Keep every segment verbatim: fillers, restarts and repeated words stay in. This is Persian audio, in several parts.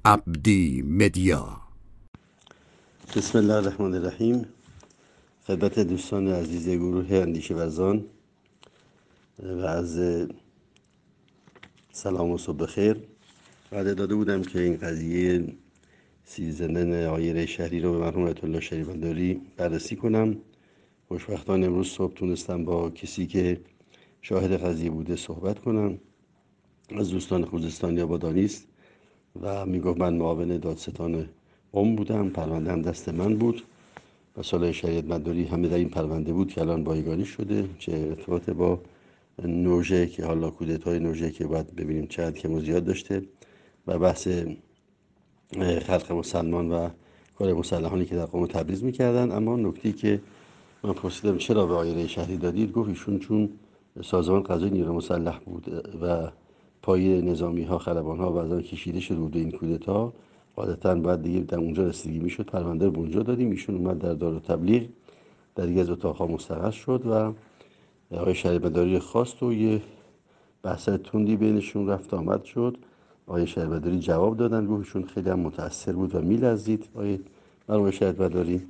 عبدی مدیا. بسم الله الرحمن الرحیم. خدمت دوستان عزیز گروه اندیشه ورزان و از سلام و صبح خیر. وعده داده بودم که این قضیه سیزدن آقای ری شهری رو به مرحوم آیت الله شهریورداری بررسی کنم. خوشبختانه امروز صبح تونستم با کسی که شاهد قضیه بوده صحبت کنم. از دوستان خوزستان آبادانی است و میگفت من معاون دادستان قم بودم، پرونده هم دست من بود و سال شریعت مداری همه در این پرونده بود که الان بایگانی شده. چه ارتباط با نوژه که حالا کودتای نوژه که باید ببینیم چند کم و زیاد داشته و بحث خلق مسلمان و کار مسلحانی که در قم تبریز میکردن. اما نکته که من پرسیدم چرا به آقای ری شهری دادید، گفت ایشون چون سازمان قضایی نیروی مسلح بود و پای نظامی ها خلبان ها و از آن کشیده شده بود این کودتا، عادتاً باید دیگه در اونجا رسیدگی میشد، پرونده رو به اونجا دادیم. ایشون اومد در دارالتبلیغ در یکی از اتاقها مستقر شد و آقای شهریورداری خواست و یه بحث تندی بینشون رفت آمد شد. آقای شهریورداری جواب دادن، گفت ایشون خیلی هم متأثر بود و میلرزید آقای مرحوم شهریورداری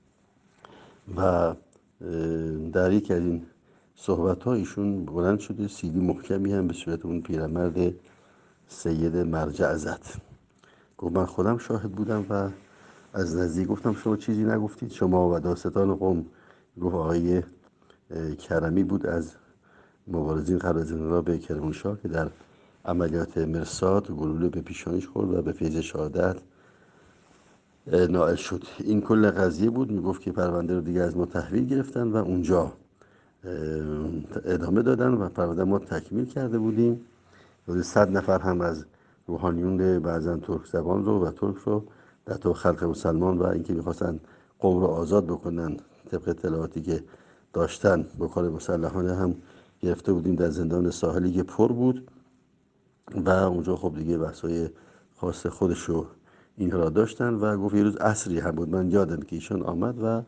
و در یک از این صحبت ها ایشون بلند شده سیدی محکمی هم به صورت اون پیرمرد سید مرجع زد. گفت من خودم شاهد بودم و از نزدیک گفتم شما چیزی نگفتید شما و دادستان قم. گفت آقای کرمی بود از مبارزین قبل از انقلاب کرمانشاه که در عملیات مرصاد گلوله به پیشانیش خورد و به فیض شهادت نائل شد. این کل قضیه بود. میگفت که پرونده رو دیگه از ما تحویل گرفتن و اونجا ادامه دادن و پرونده ما تکمیل کرده بودیم. حدود صد نفر هم از روحانیون بعضا ترک زبان رو و ترک رو در تو خلق مسلمان و اینکه میخواستن قوم رو آزاد بکنن طبق اطلاعاتی که داشتن با کار مسلحانه هم گرفته بودیم در زندان ساحلی که پر بود و اونجا خب دیگه بحثای خاص خودش رو این را داشتن و گفت یه روز عصری هم بود، من یادم که ایشان آمد و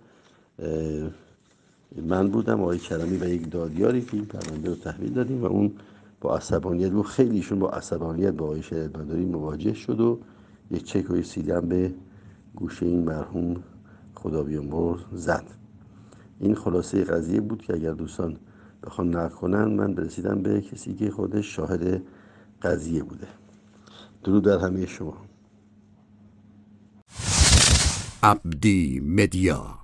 من بودم آقای کرمی و یک دادیاری که این پرونده رو تحویل دادیم و اون با عصبانیت بود، خیلی ایشون با عصبانیت با آقای شهریورداری مواجه شد و یک چک و یک سیلی هم به گوشه این مرحوم خدا بیامرز زد. این خلاصه قضیه بود که اگر دوستان بخوان نقل کنن من برسیدم به کسی که خودش شاهد قضیه بوده. درود در همه شما. عبدی مدیا.